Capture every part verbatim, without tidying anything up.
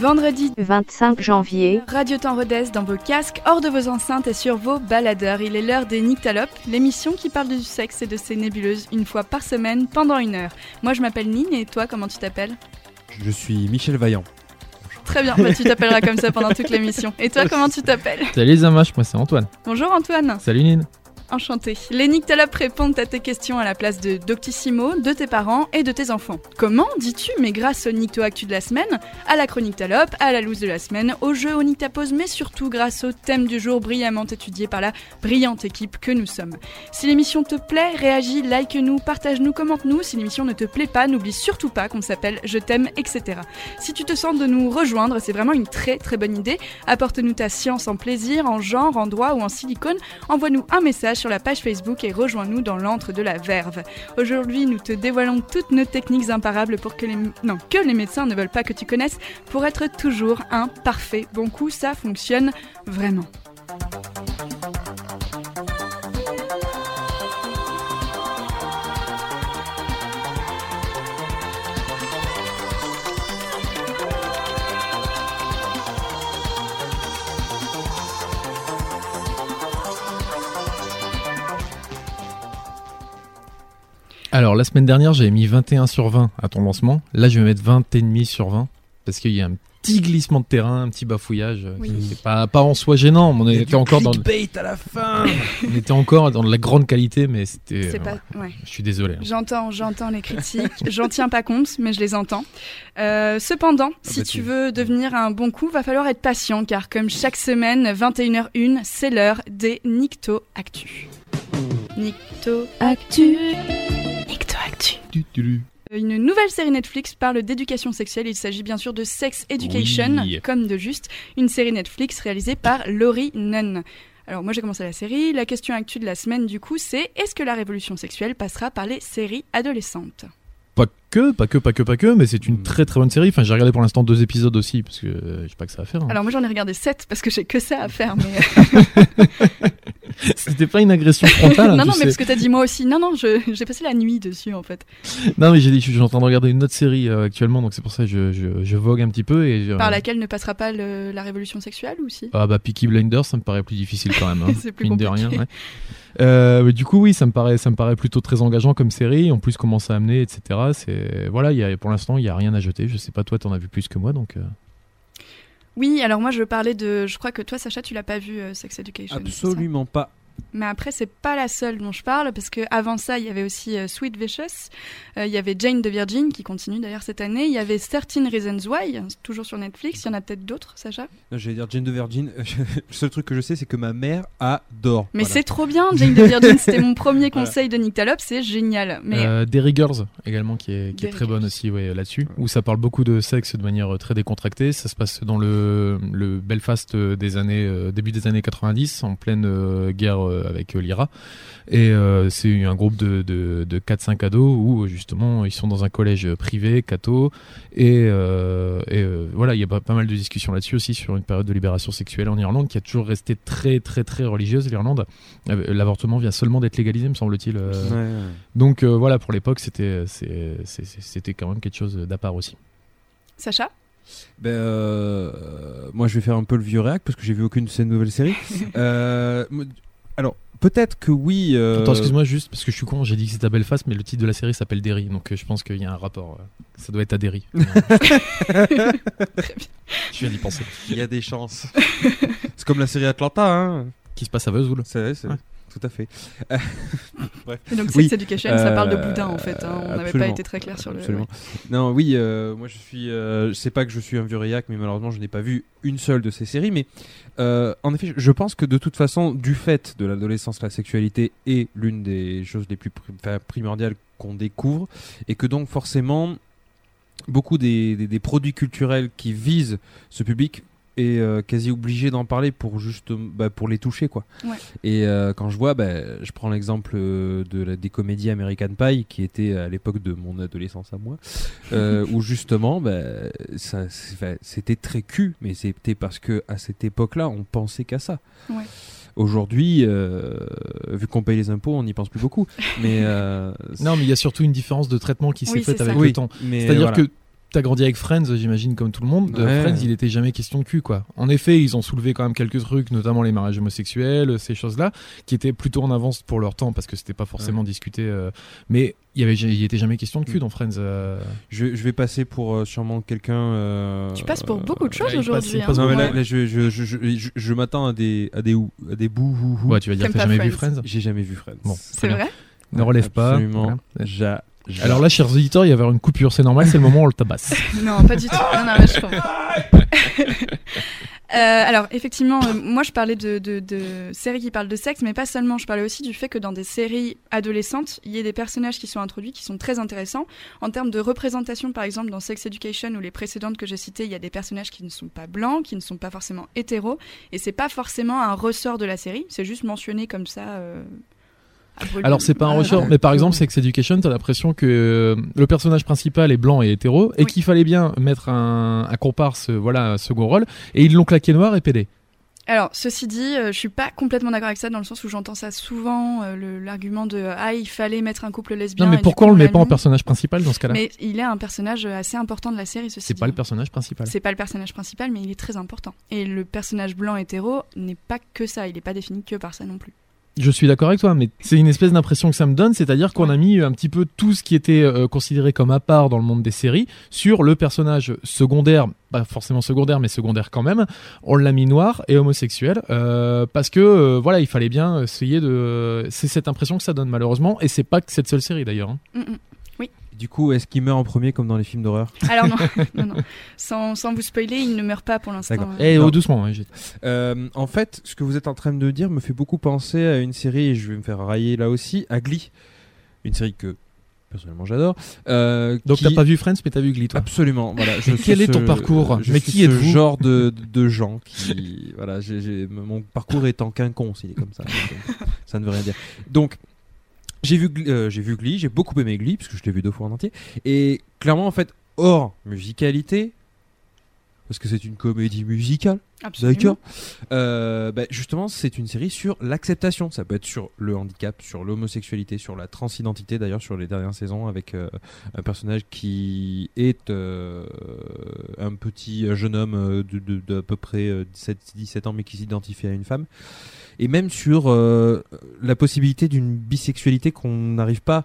vendredi vingt-cinq janvier. Radio Temps Rodez dans vos casques, hors de vos enceintes et sur vos baladeurs. Il est l'heure des Nyctalopes, l'émission qui parle du sexe et de ses nébuleuses une fois par semaine pendant une heure. Moi je m'appelle Nine et toi comment tu t'appelles ? Je suis Michel Vaillant. Très bien, bah, tu t'appelleras comme ça pendant toute l'émission. Et toi comment tu t'appelles ? Salut les Amaches, moi c'est Antoine. Bonjour Antoine. Salut Nine. Enchanté. Les Nyctalopes répondent à tes questions à la place de Doctissimo, de tes parents et de tes enfants. Comment, dis-tu, mais grâce au Nycto Actu de la semaine, à la chronique Talope, à la loose de la semaine, au jeu, au Nyctapause, mais surtout grâce au thème du jour brillamment étudié par la brillante équipe que nous sommes. Si l'émission te plaît, réagis, like-nous, partage-nous, commente-nous. Si l'émission ne te plaît pas, n'oublie surtout pas qu'on s'appelle Je t'aime, et cetera. Si tu te sens de nous rejoindre, c'est vraiment une très très bonne idée. Apporte-nous ta science en plaisir, en genre, en droit ou en silicone. Envoie-nous un message sur la page Facebook et rejoins-nous dans l'antre de la verve. Aujourd'hui, nous te dévoilons toutes nos techniques imparables pour que les, non, que les médecins ne veulent pas que tu connaisses pour être toujours un parfait bon coup. Ça fonctionne vraiment. Alors la semaine dernière j'avais mis vingt et un sur vingt à ton lancement. Là je vais mettre vingt et demi sur vingt parce qu'il y a un petit glissement de terrain, un petit bafouillage. Oui. C'est pas, pas en soi gênant, mais on était encore dans le clickbait à la fin. On était encore dans de la grande qualité, mais c'était. C'est euh, pas... ouais. Je suis désolé. Hein. J'entends, j'entends les critiques. J'en tiens pas compte, mais je les entends. Euh, cependant, ah si bah tu veux devenir un bon coup, va falloir être patient, car comme chaque semaine, vingt et une heures une, c'est l'heure des Nycto Actu. Nycto Actu. Nycto Actu. Du, du, du. Une nouvelle série Netflix parle d'éducation sexuelle. Il s'agit bien sûr de Sex Education, oui. Comme de juste, une série Netflix réalisée par Laurie Nunn. Alors moi j'ai commencé la série, la question actuelle de la semaine du coup c'est: est-ce que la révolution sexuelle passera par les séries adolescentes ? Pas que, pas que, pas que, pas que, mais c'est une très très bonne série. Enfin, j'ai regardé pour l'instant deux épisodes aussi, parce que euh, je sais pas que ça à faire. Hein. Alors moi j'en ai regardé sept, parce que j'ai que ça à faire, mais... C'était pas une agression frontale. Non, hein, non, sais. mais parce que t'as dit moi aussi. Non, non, je, j'ai passé la nuit dessus, en fait. Non, mais j'ai dit, je suis en train de regarder une autre série euh, actuellement, donc c'est pour ça que je, je, je vogue un petit peu. Et, euh... Par laquelle ne passera pas le, la révolution sexuelle, ou si ? Ah bah Peaky Blinders, ça me paraît plus difficile quand même. Hein, c'est plus mine compliqué. de rien, ouais. Euh, mais du coup, oui, ça me paraît, ça me paraît plutôt très engageant comme série. En plus, comment ça a amené, et cetera. C'est voilà, y a, pour l'instant, il y a rien à jeter. Je sais pas, toi, t'en as vu plus que moi, donc. Euh... Oui, alors moi, je parlais de. Je crois que toi, Sacha, tu l'as pas vu euh, Sex Education. Absolument pas. Mais après, c'est pas la seule dont je parle, parce qu'avant ça, il y avait aussi euh, Sweet Vicious, euh, il y avait Jane the Virgin, qui continue d'ailleurs cette année, il y avait thirteen Reasons Why, toujours sur Netflix, il y en a peut-être d'autres, Sacha ? Non, j'allais dire Jane the Virgin, le seul truc que je sais, c'est que ma mère adore. Mais voilà. C'est trop bien, Jane the Virgin, c'était mon premier conseil voilà. de Nyctalope, c'est génial. Mais... Euh, Derry Girls, également, qui est, qui est très Girls. bonne aussi ouais, là-dessus, où ça parle beaucoup de sexe de manière très décontractée. Ça se passe dans le, le Belfast des années, euh, début des années quatre-vingt-dix, en pleine euh, guerre euh, avec euh, l'I R A. Et euh, c'est un groupe de, de, de quatre cinq ados où justement ils sont dans un collège privé, catho, et, euh, et euh, voilà, il y a pas, pas mal de discussions là-dessus aussi sur une période de libération sexuelle en Irlande qui a toujours resté très très très religieuse, l'Irlande. Euh, l'avortement vient seulement d'être légalisé, me semble-t-il. Euh, ouais, ouais. Donc euh, voilà, pour l'époque, c'était, c'est, c'est, c'était quand même quelque chose d'à part aussi. Sacha ? Ben euh, moi je vais faire un peu le vieux réac parce que j'ai vu aucune de ces nouvelles séries. euh, alors peut-être que oui. Euh... Attends, excuse-moi juste parce que je suis con, j'ai dit que c'était à Belfast, mais le titre de la série s'appelle Derry, donc euh, je pense qu'il y a un rapport. Euh, ça doit être à Derry. Très bien. Je viens d'y penser. Il y a des chances. C'est comme la série Atlanta, hein. Qui se passe à Vesoul. C'est vrai, c'est ouais. Tout à fait. Bref. Et donc oui. Sex Education, euh, ça parle de boudin en fait. Hein. On n'avait pas été très clair sur le. Absolument. Ouais. Non, oui, euh, moi je suis. Euh, je sais pas que je suis un vieux réac, mais malheureusement je n'ai pas vu une seule de ces séries. Mais euh, en effet, je pense que de toute façon, du fait de l'adolescence, la sexualité est l'une des choses les plus prim- primordiales qu'on découvre, et que donc forcément, beaucoup des, des, des produits culturels qui visent ce public est euh, quasi obligé d'en parler pour juste bah, pour les toucher quoi. Ouais. Et euh, quand je vois bah, je prends l'exemple euh, de la, des comédies American Pie qui était à l'époque de mon adolescence à moi euh, où justement bah, ça, c'était très cul, mais c'était parce que à cette époque-là on pensait qu'à ça. Ouais. Aujourd'hui, euh, vu qu'on paye les impôts, on n'y pense plus beaucoup. Mais euh, non, mais il y a surtout une différence de traitement qui s'est oui, faite avec ça. le oui, temps. Mais C'est-à-dire voilà. que T'as grandi avec Friends, j'imagine, comme tout le monde. De Ouais. Friends, il était jamais question de cul, quoi. En effet, ils ont soulevé quand même quelques trucs, notamment les mariages homosexuels, ces choses-là, qui étaient plutôt en avance pour leur temps, parce que c'était pas forcément Ouais. discuté. euh, Mais il y avait, il était jamais question de cul dans Friends. euh. Je, je vais passer pour euh, sûrement quelqu'un. euh, Tu passes pour beaucoup de Ouais, choses il passe- aujourd'hui. il hein. passe Non mais là, Ouais. là, je, je, je, je, je- je m'attends à des à des ou- à des bouh hou, hou. Ouais, tu vas dire T'aimes que t'as pas jamais vu Friends. Friends. J'ai jamais vu Friends. Bon. C'est vrai. Ne relève pas. Absolument. Voilà. Ja- ja- Alors là, chers auditeurs, il va y avoir une coupure, c'est normal, c'est le moment où on le tabasse. Non, pas du tout. Non, non, mais je comprends. Euh, alors, effectivement, euh, moi je parlais de, de, de séries qui parlent de sexe, mais pas seulement. Je parlais aussi du fait que dans des séries adolescentes, il y ait des personnages qui sont introduits qui sont très intéressants. En termes de représentation, par exemple, dans Sex Education ou les précédentes que j'ai citées, il y a des personnages qui ne sont pas blancs, qui ne sont pas forcément hétéros, et c'est pas forcément un ressort de la série, c'est juste mentionné comme ça. Euh, à brûle- Alors c'est pas un voilà. ressort, mais par exemple Sex Education, t'as l'impression que euh, le personnage principal est blanc et hétéro, et Oui. qu'il fallait bien mettre un, un comparse, euh, voilà, un second rôle, et ils l'ont claqué noir et pédé. Alors, ceci dit, euh, je suis pas complètement d'accord avec ça, dans le sens où j'entends ça souvent, euh, le- l'argument de « Ah, il fallait mettre un couple lesbien ». Non mais et du pourquoi coup, on le met l'a pas en mis. personnage principal dans ce cas-là? Mais il est un personnage assez important de la série, ceci C'est dit. pas le personnage principal. C'est pas le personnage principal, mais il est très important. Et le personnage blanc hétéro n'est pas que ça, il est pas défini que par ça non plus. Je suis d'accord avec toi, mais c'est une espèce d'impression que ça me donne, c'est-à-dire qu'on Ouais. a mis un petit peu tout ce qui était euh, considéré comme à part dans le monde des séries sur le personnage secondaire, pas forcément secondaire, mais secondaire quand même. On l'a mis noir et homosexuel euh, parce que euh, voilà, il fallait bien essayer de. C'est cette impression que ça donne malheureusement, et c'est pas que cette seule série d'ailleurs. hein. Mm, mm. Du coup, est-ce qu'il meurt en premier comme dans les films d'horreur? Alors non, non, non. Sans, sans vous spoiler, il ne meurt pas pour l'instant. D'accord. Euh, Eh Non. oh, doucement. hein, j'ai- Euh, En fait, ce que vous êtes en train de dire me fait beaucoup penser à une série, et je vais me faire railler là aussi, à Glee. Une série que personnellement j'adore. Euh, Donc qui- t'as pas vu Friends, mais t'as vu Glee, toi. Absolument. Voilà. Je Mais suis quel est ce- ton parcours? Je Mais suis qui ce êtes-vous genre de, de gens qui voilà. J'ai, j'ai- mon parcours est en quinconce, il est comme ça. Donc, euh, ça ne veut rien dire. Donc j'ai vu Glee- euh, j'ai vu Glee, j'ai beaucoup aimé Glee parce que je l'ai vu deux fois en entier. Et clairement en fait hors musicalité, parce que c'est une comédie musicale. absolument. D'accord. Euh, bah, justement, c'est une série sur l'acceptation. Ça peut être sur le handicap, sur l'homosexualité, sur la transidentité. D'ailleurs, sur les dernières saisons, avec euh, un personnage qui est euh, un petit jeune homme euh, de, de, d'à peu près euh, dix-sept, dix-sept ans, mais qui s'identifie à une femme. Et même sur euh, la possibilité d'une bisexualité qu'on n'arrive pas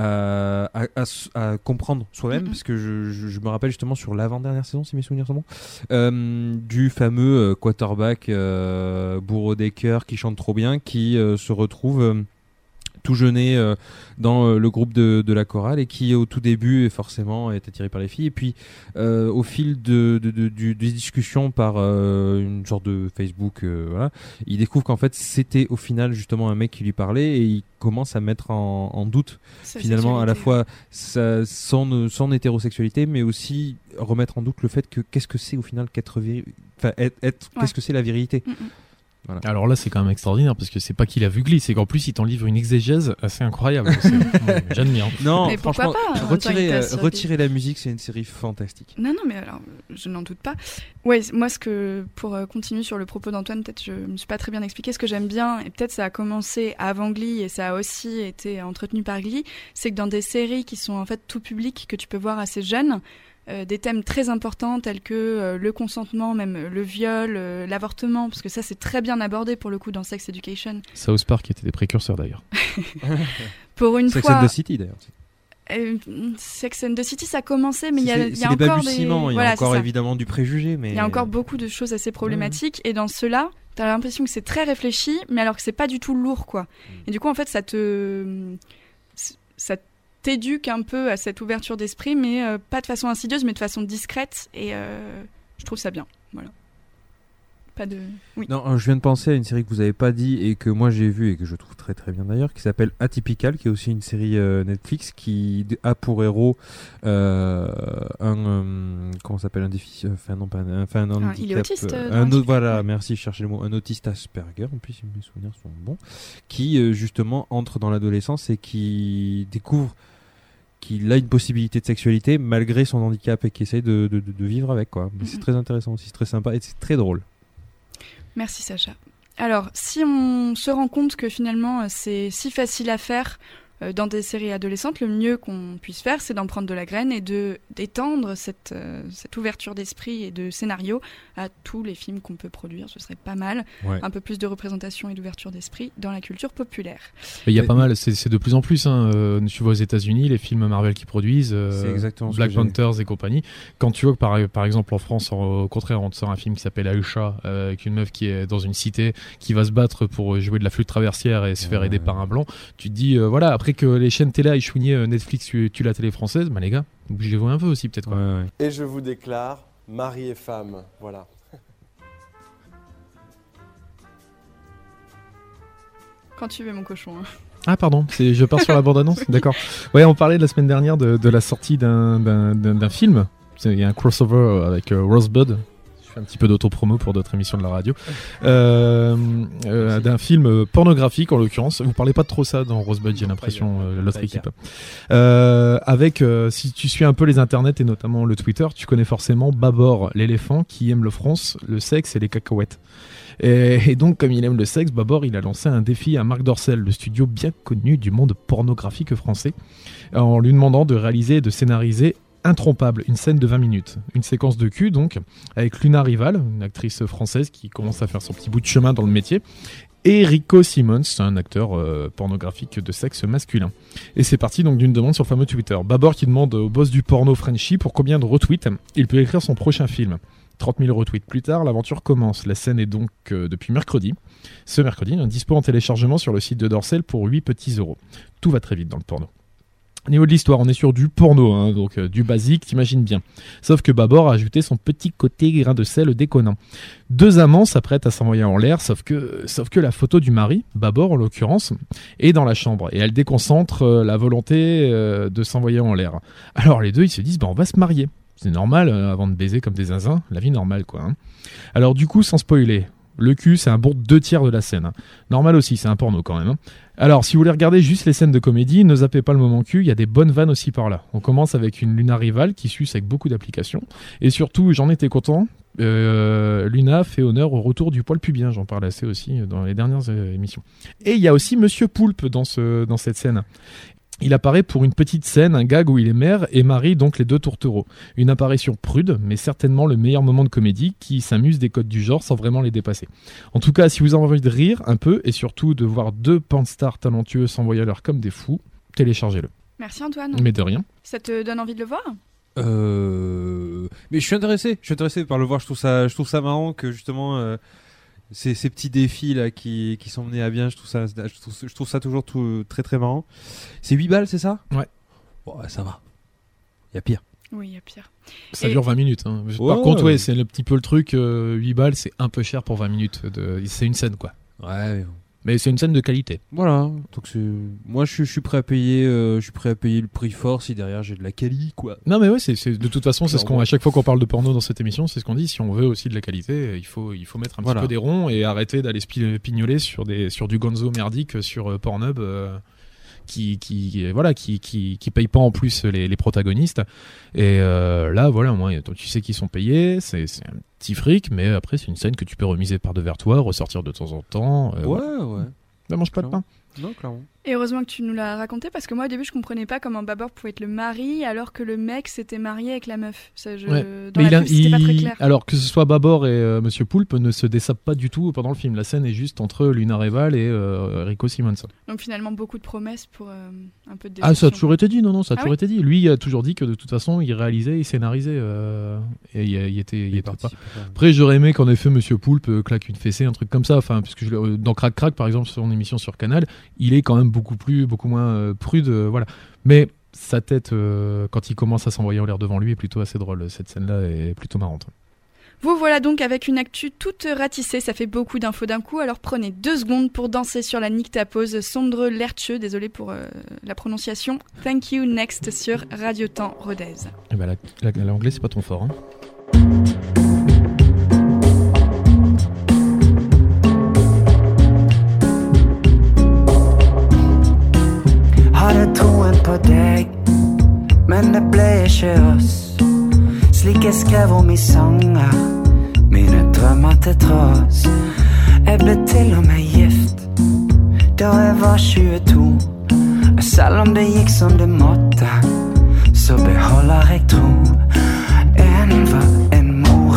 à, à, à s- à comprendre soi-même, Mhm. parce que je, je, je me rappelle justement sur l'avant-dernière saison, si mes souvenirs sont bons, euh, du fameux euh, quarterback euh, bourreau des cœurs qui chante trop bien, qui euh, se retrouve euh, tout jeuné euh, dans euh, le groupe de, de la chorale, et qui au tout début forcément est attiré par les filles, et puis euh, au fil de, de, de, du- des discussions par euh, une sorte de Facebook, euh, voilà, il découvre qu'en fait c'était au final justement un mec qui lui parlait, et il commence à mettre en, en doute Sa finalement à la sexualité. fois sa, son, son hétérosexualité, mais aussi remettre en doute le fait que qu'est-ce que c'est au final qu'être véri- enfin être, être- Ouais. qu'est-ce que c'est la vérité. Mm, mm. Alors là, c'est quand même extraordinaire parce que c'est pas qu'il a vu Glee, c'est qu'en plus il t'en livre une exégèse assez incroyable. C'est- bon, J'admire. Non, Mais pourquoi franchement, pas, en même temps, il retirer, passe euh, sur retirer la musique, c'est une série fantastique. Non, non, mais alors, je n'en doute pas. Ouais, c- moi, ce que, pour euh, continuer sur le propos d'Antoine, peut-être je me suis pas très bien expliqué. Ce que j'aime bien, et peut-être ça a commencé avant Glee et ça a aussi été entretenu par Glee, c'est que dans des séries qui sont en fait tout public, que tu peux voir assez jeune, euh, des thèmes très importants tels que euh, le consentement, même euh, le viol, euh, l'avortement, parce que ça c'est très bien abordé pour le coup dans Sex Education. South Park était des précurseurs d'ailleurs. Pour une Sex fois, and the City d'ailleurs. euh, Sex and the City ça a commencé, mais il y a, C'est- il y c'est a les encore des... balbutiements, il y a Voilà, encore c'est ça. évidemment du préjugé, mais Il y a encore beaucoup de choses assez problématiques, et dans ceux-là, t'as l'impression que c'est très réfléchi, mais alors que c'est pas du tout lourd, quoi. Et du coup, en fait, ça te, ça t'éduque un peu à cette ouverture d'esprit, mais euh, pas de façon insidieuse, mais de façon discrète, et euh, je trouve ça bien. Voilà. Pas de. Oui. Non, euh, je viens de penser à une série que vous avez pas dit et que moi j'ai vue et que je trouve très très bien d'ailleurs, qui s'appelle Atypical, qui est aussi une série euh, Netflix qui d- a pour héros euh, un euh, comment ça s'appelle un défi, enfin non pas un, enfin un Ah, il est handicap, autiste, euh, euh, dans un autre, Atypical, voilà, ouais. merci, je cherchais le mot, un autiste Asperger, en plus si mes souvenirs sont bons, qui euh, justement entre dans l'adolescence et qui découvre qu'il a une possibilité de sexualité malgré son handicap et qui essaye de, de, de- de vivre avec, quoi. Mais c'est Mhm. très intéressant aussi, c'est très sympa et c'est très drôle. Merci Sacha. Alors, si on se rend compte que finalement euh, c'est si facile à faire, euh, dans des séries adolescentes, le mieux qu'on puisse faire, c'est d'en prendre de la graine et de, d'étendre cette, euh, cette ouverture d'esprit et de scénario à tous les films qu'on peut produire. Ce serait pas mal. Ouais. Un peu plus de représentation et d'ouverture d'esprit dans la culture populaire. Il y a Mais- pas mal, c'est, c'est de plus en plus. Hein. Euh, tu vois aux États-Unis, les films Marvel qui produisent, euh, C'est exactement ce Black que j'ai- Panthers et compagnie. Quand tu vois que par, par exemple en France, au contraire, on te sort un film qui s'appelle Aisha, euh, avec une meuf qui est dans une cité, qui va se battre pour jouer de la flûte traversière et se faire Ouais. aider par un blanc. Tu te dis, euh, voilà, après que les chaînes télé aillent chouigner euh, Netflix tue, tue la télé française, bah les gars, bougez-vous un peu aussi peut-être. Quoi. Ouais, ouais. Et je vous déclare mari et femme. Voilà. Quand tu veux, mon cochon. hein. Ah pardon, c'est, je pars sur la bande-annonce. D'accord. Ouais, on parlait la semaine dernière de, de la sortie d'un, d'un, d'un, d'un film. C'est- Il y a un crossover avec euh, Rosebud. Je fais un petit peu d'auto-promo pour d'autres émissions de la radio. Euh, euh, d'un film pornographique en l'occurrence. Vous parlez pas de trop ça dans Rosebud, j'ai Non, l'impression, pas euh, l'autre pas équipe. Euh, avec, euh, si tu suis un peu les internets et notamment le Twitter, tu connais forcément Babor, l'éléphant qui aime le France, le sexe et les cacahuètes. Et, et donc, comme il aime le sexe, Babor, il a lancé un défi à Marc Dorcel, le studio bien connu du monde pornographique français, en lui demandant de réaliser et de scénariser Intrompable, une scène de vingt minutes. Une séquence de cul, donc, avec Luna Rival, une actrice française qui commence à faire son petit bout de chemin dans le métier, et Rico Simmons, un acteur euh, pornographique de sexe masculin. Et c'est parti donc d'une demande sur le fameux Twitter. Babor qui demande au boss du porno Frenchy pour combien de retweets il peut écrire son prochain film. trente mille retweets plus tard, l'aventure commence. La scène est donc euh, depuis mercredi. Ce mercredi, un dispo en téléchargement sur le site de Dorcel pour huit petits euros. Tout va très vite dans le porno. Au niveau de l'histoire, on est sur du porno, hein, donc euh, du basique, t'imagines bien. Sauf que Babor a ajouté son petit côté grain de sel déconnant. Deux amants s'apprêtent à s'envoyer en l'air, sauf que, sauf que la photo du mari, Babor en l'occurrence, est dans la chambre et elle déconcentre euh, la volonté euh, de s'envoyer en l'air. Alors les deux, ils se disent, bah, on va se marier. C'est normal, euh, avant de baiser comme des zinzins, la vie normale quoi. Hein. Alors du coup, sans spoiler, le cul c'est un bon deux tiers de la scène. Hein. Normal aussi, c'est un porno quand même. Hein. Alors si vous voulez regarder juste les scènes de comédie, ne zappez pas le moment cul, il y a des bonnes vannes aussi par là. On commence avec une Luna Rival qui suce avec beaucoup d'applications. Et surtout, j'en étais content, euh, Luna fait honneur au retour du poil pubien, j'en parle assez aussi dans les dernières euh, émissions. Et il y a aussi Monsieur Poulpe dans, ce, dans cette scène. Il apparaît pour une petite scène, un gag où il est mère et marie donc les deux tourtereaux. Une apparition prude, mais certainement le meilleur moment de comédie qui s'amuse des codes du genre sans vraiment les dépasser. En tout cas, si vous avez envie de rire un peu et surtout de voir deux panstars talentueux s'envoyer à l'heure comme des fous, téléchargez-le. Merci Antoine. Mais de rien. Ça te donne envie de le voir ? Euh... Mais je suis intéressé, je suis intéressé par le voir. Je trouve ça, je trouve ça marrant que justement euh, ces, ces petits défis là qui, qui sont menés à bien. Je trouve ça, je trouve, je trouve ça toujours tout, très très marrant. C'est huit balles, c'est ça ? Ouais. Bon, ouais, ça va. Il y a pire. Oui, il y a pire. Ça Et- dure vingt minutes. Hein. Par Ouais, contre, ouais. ouais, c'est le petit peu le truc. Euh, huit balles, c'est un peu cher pour vingt minutes. De... C'est une scène, quoi. Ouais. Mais... Mais c'est une scène de qualité. Voilà. Donc c'est, moi je, suis- je suis prêt à payer, euh, je suis prêt à payer le prix fort si derrière j'ai de la quali quoi. Non, mais ouais, c'est, c'est de toute façon, c'est ce qu'on, Clairement. à chaque fois qu'on parle de porno dans cette émission, c'est ce qu'on dit. Si on veut aussi de la qualité, il faut, il faut mettre un Voilà. petit peu des ronds et arrêter d'aller spi- pignoler sur des, sur du gonzo merdique sur euh, Pornhub. euh, Qui, qui, voilà, qui, qui, qui paye pas en plus les, les protagonistes. Et euh, là, voilà, moi, tu sais qu'ils sont payés, c'est, c'est un petit fric, mais après, c'est une scène que tu peux remiser par devers toi, ressortir de temps en temps. euh, voilà. Ouais, ouais. Ne mange pas de pain. Non, clairement. Et heureusement que tu nous l'as raconté parce que moi au début je comprenais pas comment Babor pouvait être le mari alors que le mec s'était marié avec la meuf. Ça, je... Ouais. Dans Mais la il a- pub, c'était pas très il- clair. Alors que ce soit Babor et euh, Monsieur Poulpe ne se dessapent pas du tout pendant le film. La scène est juste entre Luna Rival et euh, Rico Simmons. Donc finalement beaucoup de promesses pour euh, un peu de Ah, ça a déception. toujours été dit, non, non, ça a Ah toujours oui été dit. Lui il a toujours dit que de toute façon il réalisait, il scénarisait euh, et il, il était, il Il était pas. participe pas. Après, j'aurais aimé qu'en effet Monsieur Poulpe euh, claque une fessée, un truc comme ça. Enfin, parce que je, le- dans Crac Crac, par exemple, sur son émission sur Canal, il est quand même beaucoup plus, beaucoup moins euh, prude, euh, voilà. Mais sa tête, euh, quand il commence à s'envoyer en l'air devant lui, est plutôt assez drôle. Cette scène-là est plutôt marrante. Vous voilà donc avec une actu toute ratissée, ça fait beaucoup d'infos d'un coup, alors prenez deux secondes pour danser sur la Nick ta pause Sondre Lertcheux, désolé pour euh, la prononciation. Thank you next sur Radio Temps Rodez. Et ben, la- la- l'anglais, c'est pas ton fort. Hein. Hadde troen på deg, men det ble ikke oss. Slik jeg skrev om i sanger, mine drømmer til tross. Jeg ble til og med gift da jeg var tjueto. Selv om det gick som det måtte, så behåller jeg tro. En var en mor,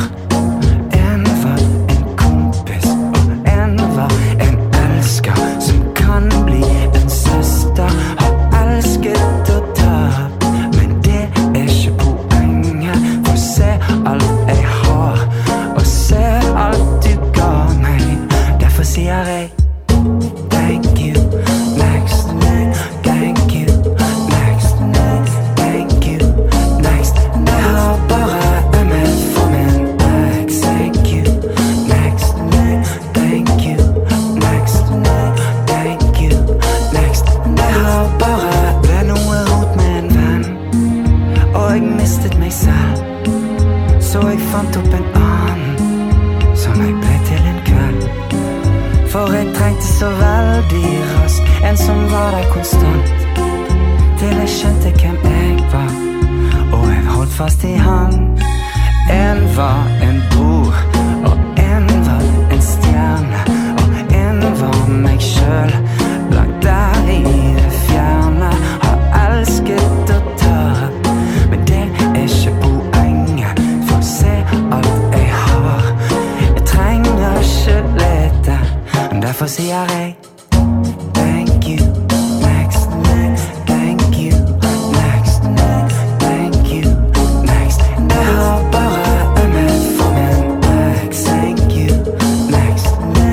en var en kompis, og en var en elsker som kan bli en søster. Har elsket å ta, men det er ikke poenget. For se alt jeg har, og se alt du ga meg. Derfor sier jeg thank you, next, thank you, next, thank you, next. Jeg har bare ømmet for min ex. Thank you, next, thank you, next, thank you, next. Jeg har bare ble noe rot med en venn, og jeg mistet meg selv. Så jeg fant opp en annen, som jeg ble til en kveld. For jeg trengte så veldig rask en som var der konstant, til jeg skjønte hvem jeg var, og jeg holdt fast i han. En var en bror, og en var en stjerne, og en var meg selv, langt der i det fjerne. Har elsket å ta, men det er ikke poenget. For se alt jeg har, jeg trenger ikke lete. Derfor sier jeg thank you, next, thank you, next, thank you, next. Jeg har bare ømmet for min ex. Thank you, next,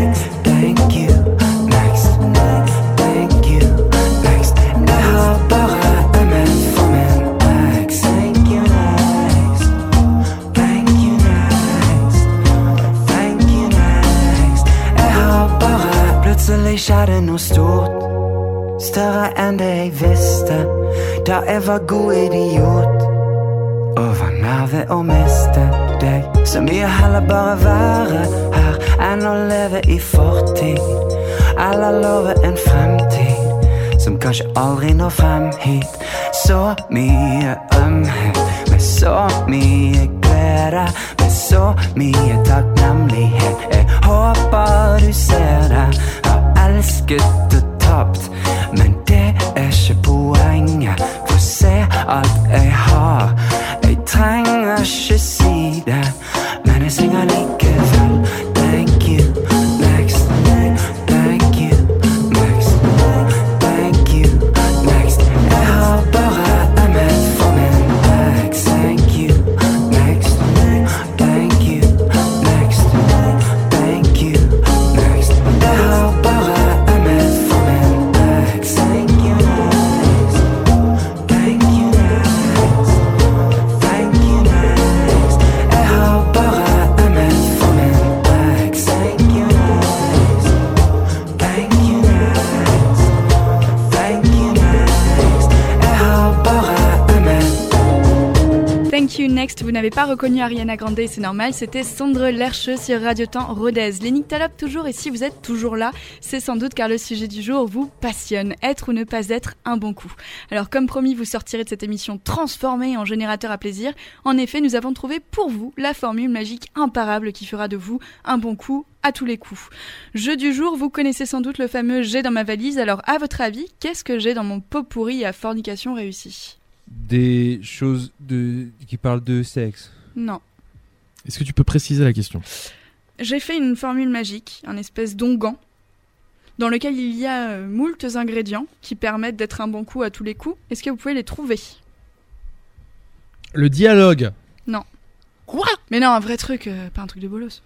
thank you, next, thank you, next. Jeg har bare ømmet for min ex. Thank you, next, thank you, next, thank you, next. Jeg har bare plutselig skjedde noe stort, større enn det jeg visste, da jeg var god idiot, og var nær ved å miste deg. Så mye heller bare være her, enn å leve i fortid, eller love en fremtid, som kanskje aldri når frem hit. Så mye ømhet, med så mye glede, med så mye takknemlighet. Jeg håper du ser det. Har elsket og tapt, men det er ikke poenget. For se alt jeg har, jeg trenger ikke si det, men jeg synger likevel. Thank you, next, thank you, next, thank you, next. Jeg har bare ømmet for min ex. Thank you, next, thank you, next, thank you, next. Jeg har bare ømmet for min ex. Thank you, next, thank you, next, thank you, next. Jeg har bare ømmet for min ex. Thank you, next, thank you, next, thank you, next. Jeg har bare ømmet. Thank you next, vous n'avez pas reconnu Ariana Grande, c'est normal, c'était Sondre Lerche sur Radio Temps Rodez. Lénique Talop toujours, et si vous êtes toujours là, c'est sans doute car le sujet du jour vous passionne, être ou ne pas être un bon coup. Alors comme promis, vous sortirez de cette émission transformée en générateur à plaisir. En effet, nous avons trouvé pour vous la formule magique imparable qui fera de vous un bon coup à tous les coups. Jeu du jour, vous connaissez sans doute le fameux j'ai dans ma valise, alors à votre avis, qu'est-ce que j'ai dans mon pot pourri à fornication réussie ? Des choses de... qui parlent de sexe. Non. Est-ce que tu peux préciser la question ? J'ai fait une formule magique, un espèce d'onguent, dans lequel il y a euh, moultes ingrédients qui permettent d'être un bon coup à tous les coups. Est-ce que vous pouvez les trouver ? Le dialogue. Non. Quoi ? Mais non, un vrai truc, euh, pas un truc de bolos.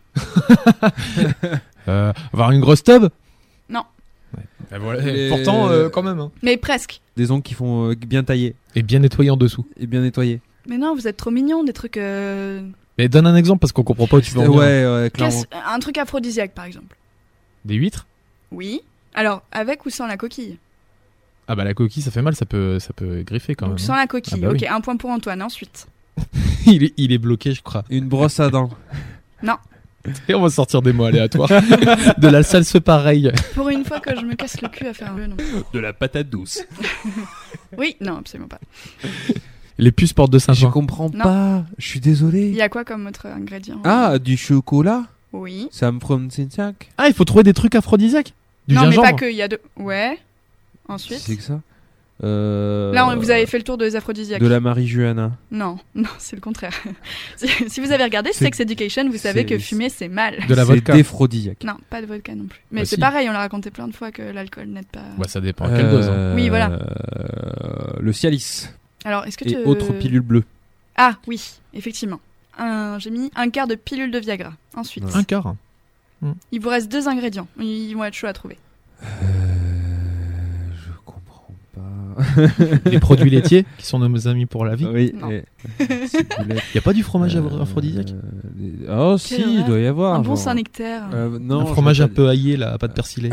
euh, avoir une grosse tub ? Non. Et voilà. Les... Et pourtant, euh, quand même. Hein. Mais presque. Des ongles qui font euh, bien tailler. Et bien nettoyer en dessous. Et bien nettoyer. Mais non, vous êtes trop mignons, des trucs... Euh... Mais donne un exemple parce qu'on comprend pas où tu veux en venir. Ouais, ouais, clairement. Qu'est-ce- Un truc aphrodisiaque, par exemple. Des huîtres ? Oui. Alors, avec ou sans la coquille ? Ah bah la coquille ça fait mal, ça peut, ça peut griffer quand Donc même. sans hein. la coquille. Ah bah Ok, oui. un point pour Antoine. Ensuite. il, est, il est bloqué je crois. Une brosse à dents. Non. Et on va sortir des mots aléatoires. De la salse pareil. Pour une fois que je me casse le cul à faire un jeu, non. De la patate douce. Oui, non, absolument pas. Les puces portes de Je Saint-Jean. comprends Non. pas. Je suis désolé. Il y a quoi comme autre ingrédient ? Ah, du chocolat. Oui. Sam from Cintiac. Ah il faut trouver des trucs aphrodisiaques. Du non, gingembre. mais pas que, il y a deux. Ouais. Ensuite. C'est que ça. Euh, Là, on- vous avez fait le tour des aphrodisiaques. De la marijuana. Non, non, c'est le contraire. si, si vous avez regardé C'est- Sex Education, vous savez c'est- que fumer, c'est mal. De la C'est vodka. déphrodisiaque. Non, pas de vodka non plus. Mais Bah c'est si. pareil, on l'a raconté plein de fois que l'alcool n'aide pas. Ouais, ça dépend à quelle dose. hein. Euh, Oui, voilà. Le Cialis Alors, est-ce que et tu... autres pilules bleues. Ah, oui, effectivement. Un- J'ai mis un quart de pilule de Viagra. Ensuite, Ouais. Un quart. il vous reste deux ingrédients. Ils vont être chauds à trouver. Euh, je comprends pas. Les produits laitiers qui sont nos amis pour la vie. Oui. Non. et- ciboulette. Il y a pas du fromage Euh, aphrodisiaque les- Oh si, Quelle il horreur. doit y avoir. un bon genre. Saint-Nectaire. Euh, non, Un je fromage vois un pas- peu aillé là, à pâte persillée.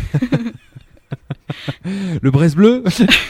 Le Bresse bleu.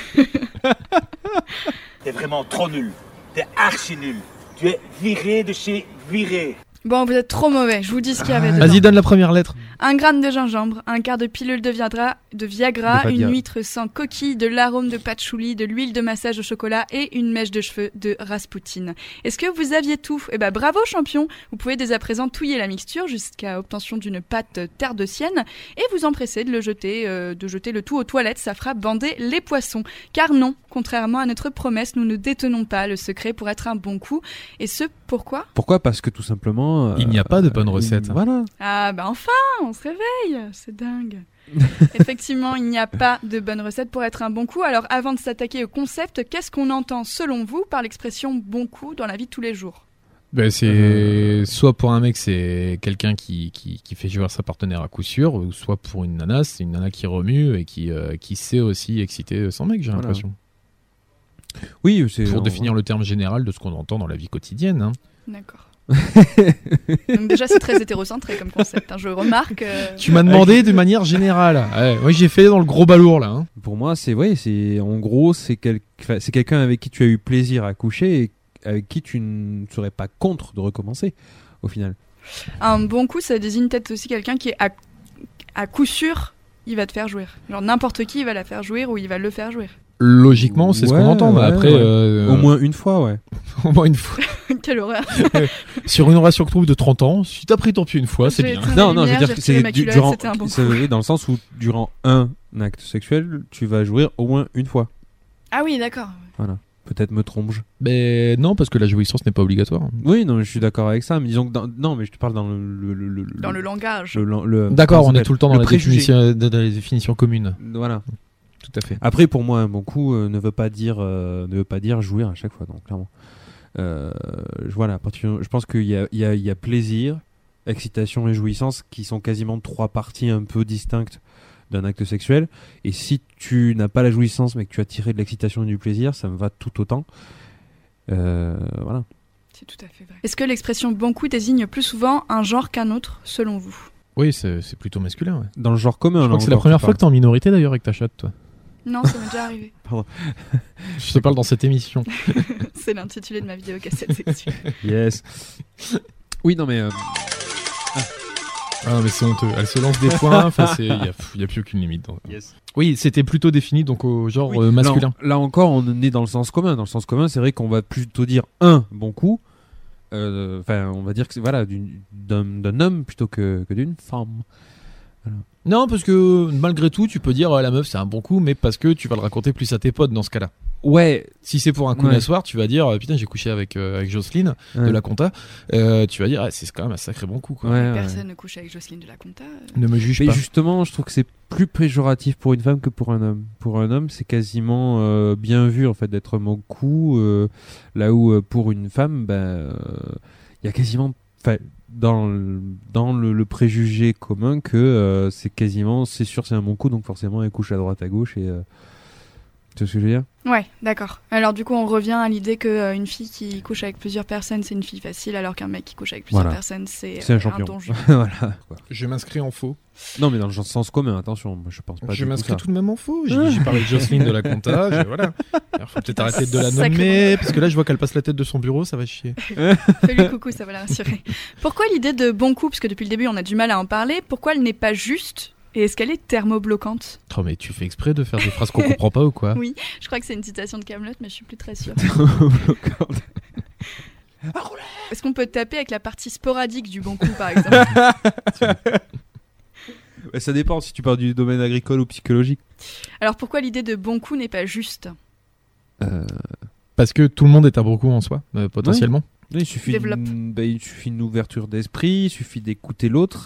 T'es vraiment trop nul. T'es archi nul. Tu es viré de chez viré. Bon, vous êtes trop mauvais. Je vous dis ce qu'il y avait dedans. Vas-y, donne la première lettre. Un gramme de gingembre, un quart de pilule de Viagra, de Viagra, De une Viagra. huître sans coquille, de l'arôme de patchouli, de l'huile de massage au chocolat et une mèche de cheveux de Rasputin. Est-ce que vous aviez tout ? Eh ben bravo champion. Vous pouvez dès à présent touiller la mixture jusqu'à obtention d'une pâte terre de sienne et vous empresser de le jeter, euh, de jeter le tout aux toilettes. Ça fera bander les poissons. Car non, contrairement à notre promesse, nous ne détenons pas le secret pour être un bon coup. Et ce pourquoi ? Pourquoi ? Parce que tout simplement. euh, Il n'y a pas de bonne recette. Voilà. Ah bah enfin, on se réveille, c'est dingue. Effectivement, il n'y a pas de bonne recette pour être un bon coup. Alors avant de s'attaquer au concept, qu'est-ce qu'on entend selon vous par l'expression bon coup dans la vie de tous les jours ? Ben, c'est Euh. soit pour un mec, c'est quelqu'un qui, qui, qui fait jouer sa partenaire à coup sûr, ou soit pour une nana, c'est une nana qui remue et qui, euh, qui sait aussi exciter son mec, j'ai Voilà. l'impression. Oui, c'est. Pour on- définir le terme général de ce qu'on entend dans la vie quotidienne. Hein. D'accord. Donc déjà c'est très hétérocentré comme concept, hein. Je remarque. euh, Tu m'as demandé de manière générale. Ouais, moi j'ai fait dans le gros balourd là. Hein. Pour moi, c'est ouais, c'est en gros, c'est quel... enfin, c'est quelqu'un avec qui tu as eu plaisir à coucher et avec qui tu ne serais pas contre de recommencer. Au final. Un bon coup, ça désigne peut-être aussi quelqu'un qui est à, à coup sûr, il va te faire jouir. Genre n'importe qui il va la faire jouir ou il va le faire jouir. Logiquement, c'est ce Ouais, qu'on entend. mais ouais, après, ouais. euh, Au moins une fois, ouais. au moins une fois. Quelle horreur. Sur une relation que trouve de trente ans, si t'as pris ton pied une fois, c'est J'ai bien. éteint Non, la non, je veux lumière, dire j'ai que retiré c'est ma du- culotte, durant, c'était un bon ça coup. veut dire dans le sens où durant un acte sexuel, tu vas jouir au moins une fois. Ah oui, d'accord. Peut-être me trompe-je. Mais non, parce que la jouissance n'est pas obligatoire. Oui, non, je suis d'accord avec ça, mais disons que dans... non, mais je te parle dans le, le, le- Dans le langage. le- le- D'accord, comment on ça est tout le temps dans le la préjugé. définition, dans les définitions communes. Voilà. Tout à fait. Après, pour moi, un bon coup euh, ne veut pas dire euh, ne veut pas dire jouir à chaque fois, donc clairement. Euh, je- voilà, à partir- je pense qu'il y a, il y, a, il y a plaisir, excitation et jouissance qui sont quasiment trois parties un peu distinctes d'un acte sexuel. Et si tu n'as pas la jouissance mais que tu as tiré de l'excitation et du plaisir, ça me va tout autant. Euh, voilà. C'est tout à fait vrai. Est-ce que l'expression bon coup désigne plus souvent un genre qu'un autre, selon vous ? Oui, c'est c'est plutôt masculin. Ouais. Dans le genre commun. Je là crois que c'est la encore, première tu fois que t'es en minorité d'ailleurs avec ta chatte, toi. Non, ça m'est déjà arrivé. Je te parle dans cette émission. C'est l'intitulé de ma vidéo cassette sexuelle. parles. Yes. Oui, non mais. euh, Ah mais c'est honteux. Elle se lance des points. Enfin, c'est il y a, il y a plus aucune limite. donc. Oui, c'était plutôt défini donc au genre Oui, euh, masculin. Là, là encore, on est dans le sens commun. Dans le sens commun, c'est vrai qu'on va plutôt dire un bon coup. euh, Enfin, on va dire que c'est voilà, d'une- d'un d'un homme plutôt que, que d'une femme. Non, parce que malgré tout, tu peux dire euh, la meuf c'est un bon coup, mais parce que tu vas le raconter plus à tes potes dans ce cas-là. Ouais. Si c'est pour un coup Ouais. d'un soir, tu vas dire euh, putain j'ai couché avec euh, avec Jocelyne de la compta. Euh, tu vas dire ah, c'est quand même un sacré bon coup. Quoi. Ouais, ouais. Personne ne couche avec Jocelyne de la Compta. euh. Ne me juge Mais pas. justement, je trouve que c'est plus péjoratif pour une femme que pour un homme. Pour un homme, c'est quasiment euh, bien vu en fait d'être mon coup, euh, là où euh, pour une femme, ben, euh, il y a quasiment, enfin, dans le, dans le, le préjugé commun que euh, c'est quasiment, c'est sûr, c'est un bon coup, donc forcément, elle couche à droite, à gauche et. Euh, tu vois ce que je veux dire ? Ouais, d'accord. Alors du coup, on revient à l'idée qu'une fille qui couche avec plusieurs personnes, c'est une fille facile, alors qu'un mec qui couche avec plusieurs Voilà. personnes, c'est C'est un euh, champion. donjon. Voilà. quoi. Je m'inscris en faux. Non, mais dans le sens commun, attention, moi, je pense pas. Je du tout m'inscris ça. tout de même en faux. J'ai j'ai parlé de Jocelyne de la compta. j'ai- Voilà. Alors faut peut-être arrêter de la Sacré nommer parce que là je vois qu'elle passe la tête de son bureau, ça va chier. Fais-lui coucou, ça va la rassurer. Pourquoi l'idée de bon coup, parce que depuis le début on a du mal à en parler, pourquoi elle n'est pas juste et est-ce qu'elle est thermobloquante ? Oh mais tu fais exprès de faire des phrases qu'on comprend pas ou quoi ? Oui, je crois que c'est une citation de Kaamelott, mais je suis plus très sûre. Est-ce qu'on peut taper avec la partie sporadique du bon coup, par exemple ? Ouais, ça dépend si tu parles du domaine agricole ou psychologique. Alors pourquoi l'idée de bon coup n'est pas juste ? Euh... Parce que tout le monde est un bon coup en soi, euh, potentiellement. Oui, il suffit, Développe. d'une, bah, il suffit d'une ouverture d'esprit, il suffit d'écouter l'autre.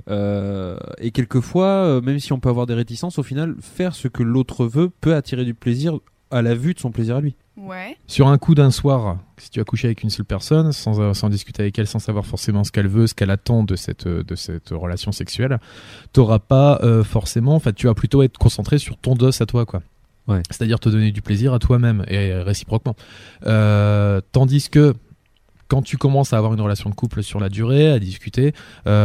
Euh, et quelquefois, euh, même si on peut avoir des réticences, au final, faire ce que l'autre veut peut attirer du plaisir à la vue de son plaisir à lui. Ouais. Sur un coup d'un soir, si tu as couché avec une seule personne, sans, euh, sans discuter avec elle, sans savoir forcément ce qu'elle veut, ce qu'elle attend de cette, euh, de cette relation sexuelle, t'auras pas euh, forcément, enfin, tu vas plutôt être concentré sur ton dos à toi, quoi. Ouais. C'est-à-dire te donner du plaisir à toi-même et réciproquement. Euh, tandis que quand tu commences à avoir une relation de couple sur la durée, à discuter,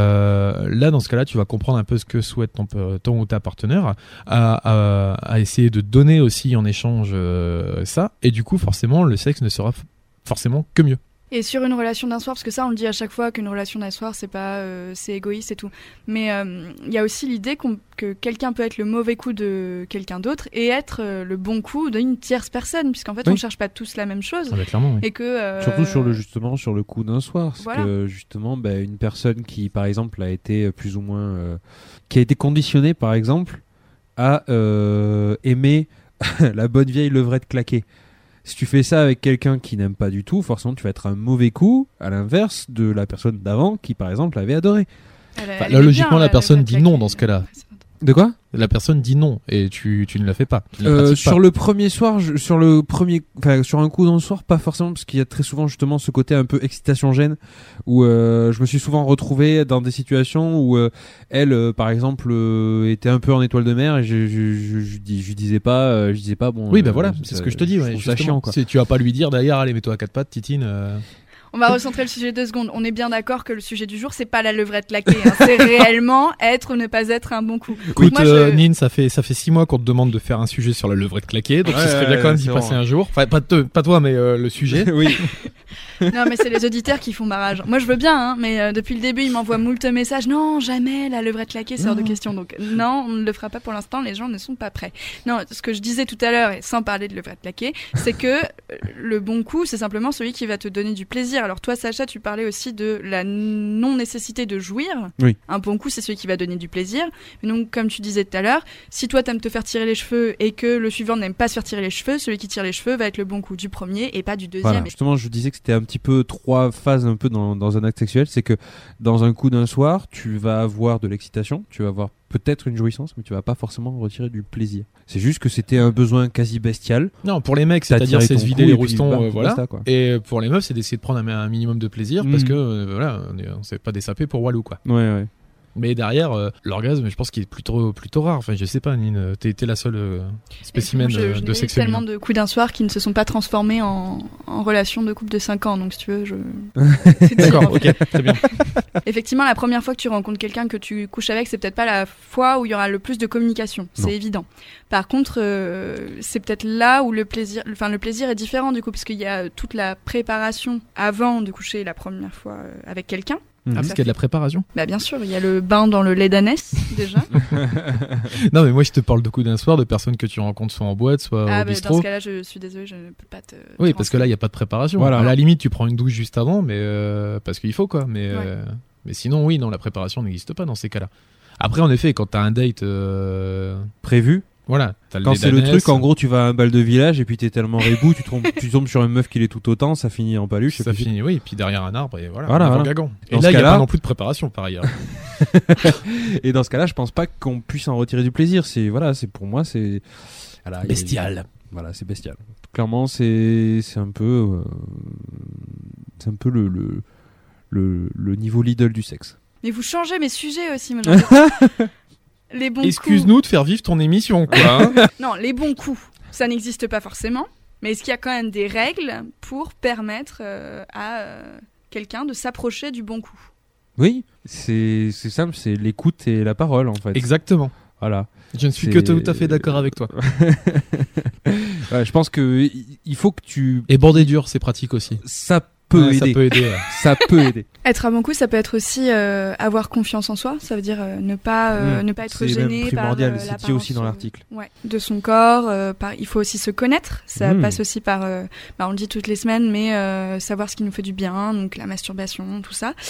euh, là, dans ce cas-là, tu vas comprendre un peu ce que souhaite ton, ton ou ta partenaire, à, à, à essayer de donner aussi en échange euh, ça, et du coup, forcément, le sexe ne sera f- forcément que mieux. Et sur une relation d'un soir, parce que ça on le dit à chaque fois qu'une relation d'un soir c'est pas euh, c'est égoïste et tout, mais il euh, y a aussi l'idée qu'on, que quelqu'un peut être le mauvais coup de quelqu'un d'autre et être euh, le bon coup d'une tierce personne, puisqu'en fait oui. on cherche pas tous la même chose. Ah bah, clairement, oui. Et que euh, Surtout sur le justement sur le coup d'un soir, parce Voilà. que justement, bah, une personne qui, par exemple, a été plus ou moins, euh, qui a été conditionnée, par exemple, à euh, aimer la bonne vieille levrette claquée. Si tu fais ça avec quelqu'un qui n'aime pas du tout, forcément tu vas être un mauvais coup, à l'inverse de la personne d'avant qui, par exemple, avait adoré. elle- Enfin, elle là, aimait logiquement, bien, la personne le dit fait non qu'elle- dans ce cas-là. De quoi ? La personne dit non, et tu, tu ne la fais pas. Tu ne la Euh, pratiques pas. sur le premier soir, je- sur le premier, enfin sur un coup dans le soir, pas forcément, parce qu'il y a très souvent justement ce côté un peu excitation-gêne, où euh, je me suis souvent retrouvé dans des situations où euh, elle, euh, par exemple, euh, était un peu en étoile de mer et je, je, je, je, dis- je lui disais pas, euh, je disais pas bon. Oui, bah euh, voilà, ça- c'est ce que je te dis. je Ouais, trouve ça justement. chiant, quoi. C'est- tu vas pas lui dire derrière, allez, mets-toi à quatre pattes, Titine. euh. On va recentrer le sujet deux secondes. On est bien d'accord que le sujet du jour c'est pas la levrette laquée, hein. C'est réellement être ou ne pas être un bon coup. Écoute, Moi, je- euh, Nine, ça fait ça fait six mois qu'on te demande de faire un sujet sur la levrette claquée, donc Ouais, ce serait ouais, bien quand même c'est d'y vrai. passer un jour. Enfin, pas, te- pas toi, mais euh, le sujet. oui. Non mais c'est les auditeurs qui font barrage. Moi je veux bien, hein, mais euh, depuis le début ils m'envoient moult messages. Non, jamais la levrette laquée, c'est hors de question. Donc non, on ne le fera pas pour l'instant. Les gens ne sont pas prêts. Non, ce que je disais tout à l'heure, et sans parler de levrette laquée, c'est que euh, le bon coup, c'est simplement celui qui va te donner du plaisir. Alors toi, Sacha, tu parlais aussi de la non-nécessité de jouir. Oui. Un bon coup, c'est celui qui va donner du plaisir. Mais donc, comme tu disais tout à l'heure, si toi t'aimes te faire tirer les cheveux et que le suivant n'aime pas se faire tirer les cheveux, celui qui tire les cheveux va être le bon coup du premier et pas du deuxième. Voilà. Justement, je disais que c'était un petit peu trois phases un peu dans, dans un acte sexuel. C'est que dans un coup d'un soir, tu vas avoir de l'excitation, tu vas avoir peut-être une jouissance, mais tu vas pas forcément retirer du plaisir. C'est juste que c'était un besoin quasi bestial. Non, pour les mecs, T'as c'est-à-dire tiré c'est ton se vider coup les et puis, roustons, bam, euh, voilà. basta, quoi. Et pour les meufs, c'est d'essayer de prendre un, un minimum de plaisir parce Mhm. que euh, voilà, on est- on s'est pas des sapés pour Walou, quoi. Ouais, ouais. Mais derrière, euh, l'orgasme, je pense qu'il est plutôt plutôt rare. Enfin, je sais pas, Nine, t'es, t'es la seule euh, spécimen Je- euh, je de n'ai sexe tellement féminin. de coups d'un soir qui ne se sont pas transformés en, en relation de couple de cinq ans, donc si tu veux, je... c'est dire, D'accord, en fait. ok, très bien. Effectivement, la première fois que tu rencontres quelqu'un que tu couches avec, c'est peut-être pas la fois où il y aura le plus de communication, c'est Non. évident. Par contre, euh, c'est peut-être là où le plaisir, enfin le plaisir est différent du coup, parce qu'il y a toute la préparation avant de coucher la première fois euh, avec quelqu'un. Ah, parce qu'il y a de la préparation. Bah bien sûr, il y a le bain dans le lait d'ânesse déjà. Non, mais moi, je te parle de coups d'un soir, de personnes que tu rencontres soit en boîte, soit Ah au bah, dans bistrot. ce cas-là, je suis désolée, je ne peux pas te. Oui, te parce que là, il n'y a pas de préparation. Voilà. À la limite, tu prends une douche juste avant, mais euh, parce qu'il faut, quoi. Mais, Ouais. euh, mais sinon, oui, non, la préparation n'existe pas dans ces cas-là. Après, en effet, quand t'as un date, euh, Prévu. voilà, t'as le Quand lait c'est le d'ânesse. truc, en gros, tu vas à un bal de village et puis t'es tellement rebou, tu, tombes, tu tombes sur une meuf qui l'est tout autant, ça finit en paluche. et ça puis- finit, oui, et puis derrière un arbre, et voilà, Voilà, on est voilà. en gagant. Et Dans là, ce il n'y a cas-là- pas non plus de préparation, par ailleurs. Et dans ce cas-là, je pense pas qu'on puisse en retirer du plaisir. C'est voilà, c'est pour moi, c'est voilà, il y a- Bestial. Voilà, c'est bestial. Clairement, c'est c'est un peu euh, c'est un peu le le, le le niveau Lidl du sexe. Mais vous changez mes sujets aussi, moi. j'ai envie de- Les bons coups. Excuse-nous de faire vivre ton émission, quoi. hein. Non, les bons coups, ça n'existe pas forcément. Mais est-ce qu'il y a quand même des règles pour permettre euh, à euh, quelqu'un de s'approcher du bon coup ? Oui, c'est c'est simple, c'est l'écoute et la parole en fait. Exactement. Voilà. Je ne suis C'est- que tout à fait d'accord avec toi. Ouais, je pense que i- il faut que tu Et border dur, c'est pratique aussi. ça peut Ouais, aider. Ça peut aider. ouais. Ça peut aider. Être un bon coup, ça peut être aussi euh, avoir confiance en soi. Ça veut dire euh, ne pas euh, Mmh. ne pas être C'est gêné même par primordial, euh, c'est dit l'apparence, aussi dans euh, l'article. Ouais, de son corps. euh, par... Il faut aussi se connaître. Ça Mmh. passe aussi par, euh, bah, on le dit toutes les semaines, mais euh, savoir ce qui nous fait du bien, donc la masturbation, tout ça.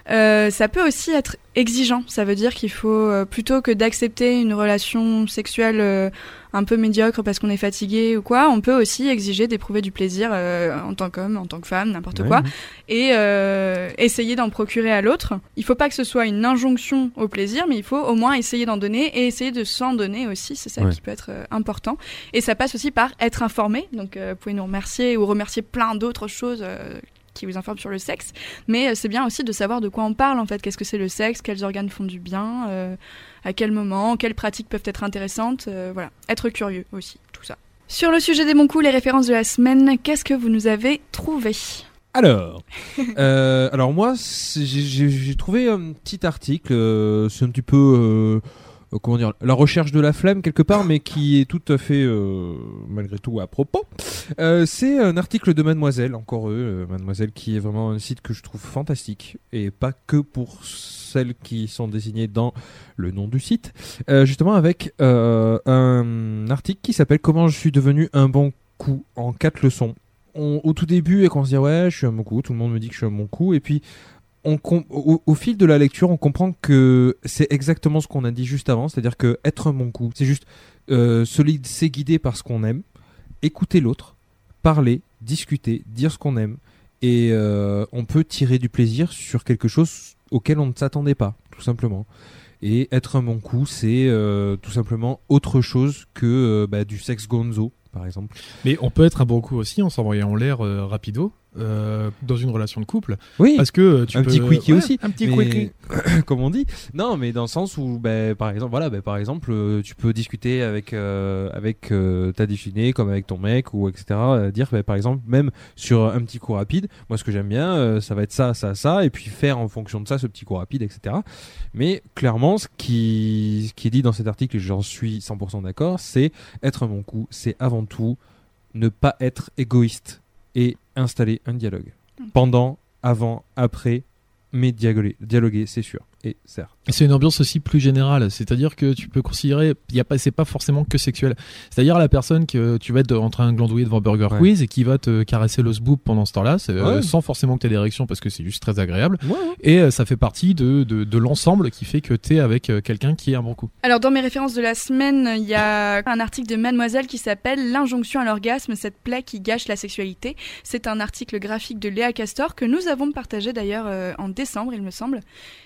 Euh, ça peut aussi être exigeant. Ça veut dire qu'il faut, euh, plutôt que d'accepter une relation sexuelle euh, un peu médiocre parce qu'on est fatigué ou quoi, on peut aussi exiger d'éprouver du plaisir euh, en tant qu'homme, en tant que femme, n'importe Ouais. quoi, et euh, essayer d'en procurer à l'autre. Il faut pas que ce soit une injonction au plaisir, mais il faut au moins essayer d'en donner et essayer de s'en donner aussi. C'est ça Ouais. qui peut être euh, important. Et ça passe aussi par être informé. Donc, euh, vous pouvez nous remercier ou remercier plein d'autres choses euh, qui vous informent sur le sexe. Mais euh, c'est bien aussi de savoir de quoi on parle, en fait. Qu'est-ce que c'est le sexe? Quels organes font du bien? euh, À quel moment? Quelles pratiques peuvent être intéressantes? euh, Voilà. Être curieux aussi, tout ça. Sur le sujet des bons coups, les références de la semaine, qu'est-ce que vous nous avez trouvé? Alors, euh, alors moi, c'est- j'ai- j'ai j'ai trouvé un petit article. euh, c'est un petit peu, euh, euh, comment dire, la recherche de la flemme quelque part, mais qui est tout à fait, euh, malgré tout, à propos. Euh, c'est un article de Mademoiselle, encore eux, euh, Mademoiselle, qui est vraiment un site que je trouve fantastique, et pas que pour celles qui sont désignées dans le nom du site. Euh, justement, avec euh, un article qui s'appelle Comment je suis devenu un bon coup en quatre leçons. On- au tout début, et quand on se dit ouais, je suis un bon coup, tout le monde me dit que je suis un bon coup, et puis on com- au, au fil de la lecture, on comprend que c'est exactement ce qu'on a dit juste avant, c'est-à-dire que être un bon coup, c'est juste euh, se laisser guider par ce qu'on aime, écouter l'autre, parler, discuter, dire ce qu'on aime, et euh, on peut tirer du plaisir sur quelque chose auquel on ne s'attendait pas, tout simplement. Et être un bon coup, c'est euh, tout simplement autre chose que euh, bah, du sexe gonzo, par exemple. Mais on peut être un bon coup aussi en s'envoyant en l'air euh, rapido euh, dans une relation de couple. Oui, Parce que euh, tu un peux... petit quickie Ouais, aussi. Un petit mais- quickie. comme on dit. Non, mais dans le sens où, bah, par exemple, voilà, bah, par exemple, euh, tu peux discuter avec euh, avec euh, ta définée, comme avec ton mec ou et cetera. euh, dire, bah, par exemple, même sur un petit coup rapide, moi, ce que j'aime bien, euh, ça va être ça, ça, ça, et puis faire en fonction de ça ce petit coup rapide, et cetera. Mais clairement, ce qui ce qui est dit dans cet article, et j'en suis cent pour cent d'accord, c'est être un bon coup, c'est avant tout ne pas être égoïste et installer un dialogue. Pendant, avant, après, mais dialoguer, dialoguer c'est sûr et certes. Et c'est une ambiance aussi plus générale, c'est-à-dire que tu peux considérer, y a pas, c'est pas forcément que sexuel. C'est-à-dire la personne que tu vas être en train de glandouiller devant Burger Ouais. Quiz et qui va te caresser le sboob pendant ce temps-là, c'est, euh, Ouais. sans forcément que tu aies d'érection parce que c'est juste très agréable. Ouais, ouais. Et euh, ça fait partie de, de, de l'ensemble qui fait que t'es avec euh, quelqu'un qui est un bon coup. Alors, dans mes références de la semaine, il y a un article de Mademoiselle qui s'appelle L'injonction à l'orgasme, cette plaie qui gâche la sexualité. C'est un article graphique de Léa Castor que nous avons partagé d'ailleurs euh, en décembre, il me semble.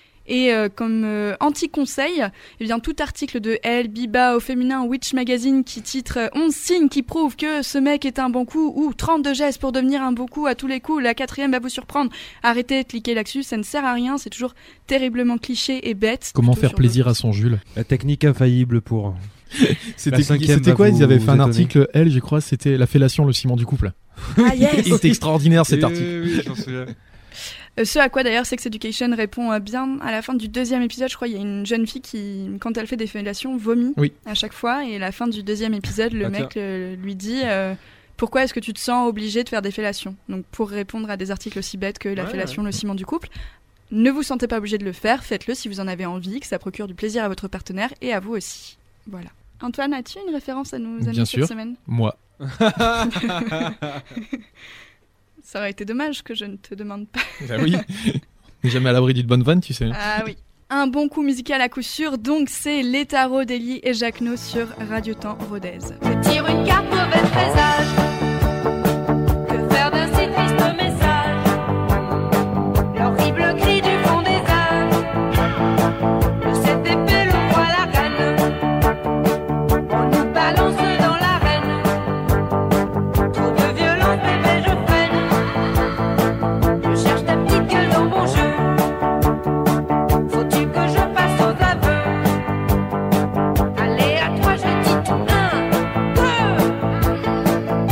Et euh, comme euh, anti-conseil, eh bien, tout article de Elle, Biba, au féminin, Witch Magazine qui titre euh, onze signes qui prouvent que ce mec est un bon coup ou trente-deux gestes pour devenir un bon coup à tous les coups, la quatrième va vous surprendre. Arrêtez de cliquer là-dessus, ça ne sert à rien, c'est toujours terriblement cliché et bête. Comment Plutôt faire sur plaisir le- à son Jules. La technique infaillible pour. C'était, La cinquième c'était va quoi vous- Ils avaient fait vous un étonner. article, elle, je crois, c'était la fellation, le ciment du couple. Ah yes. Il était extraordinaire cet article. Oui, j'en souviens. Euh, Ce à quoi d'ailleurs Sex Education répond euh, bien à la fin du deuxième épisode. Je crois il y a une jeune fille qui, quand elle fait des fellations, vomit Oui. à chaque fois. Et à la fin du deuxième épisode, le Ah, mec euh, lui dit euh, pourquoi est-ce que tu te sens obligé de faire des fellations? Donc pour répondre à des articles aussi bêtes que la Ouais, fellation, le ciment du couple, ne vous sentez pas obligé de le faire. Faites-le si vous en avez envie, que ça procure du plaisir à votre partenaire et à vous aussi. Voilà. Antoine, as-tu une référence à nous amener Bien cette sûr. semaine? Moi. Ça aurait été dommage que je ne te demande pas. Bah oui. On est jamais à l'abri d'une bonne vanne, tu sais. Ah oui. Un bon coup musical à coup sûr, donc c'est Les Tarots d'Eli et Jacquenot sur Radio Temps Rodez. Je tire une carte mauvais présage. Que faire d'un si triste message? L'horrible cri du fond des âges. De cette épée le roi la reine. On nous balance dans l'arène. Trop de violence bébé je freine. Je cherche ta petite gueule dans mon jeu. Faut-tu que je passe aux aveux? Allez à toi je dis tout un, deux.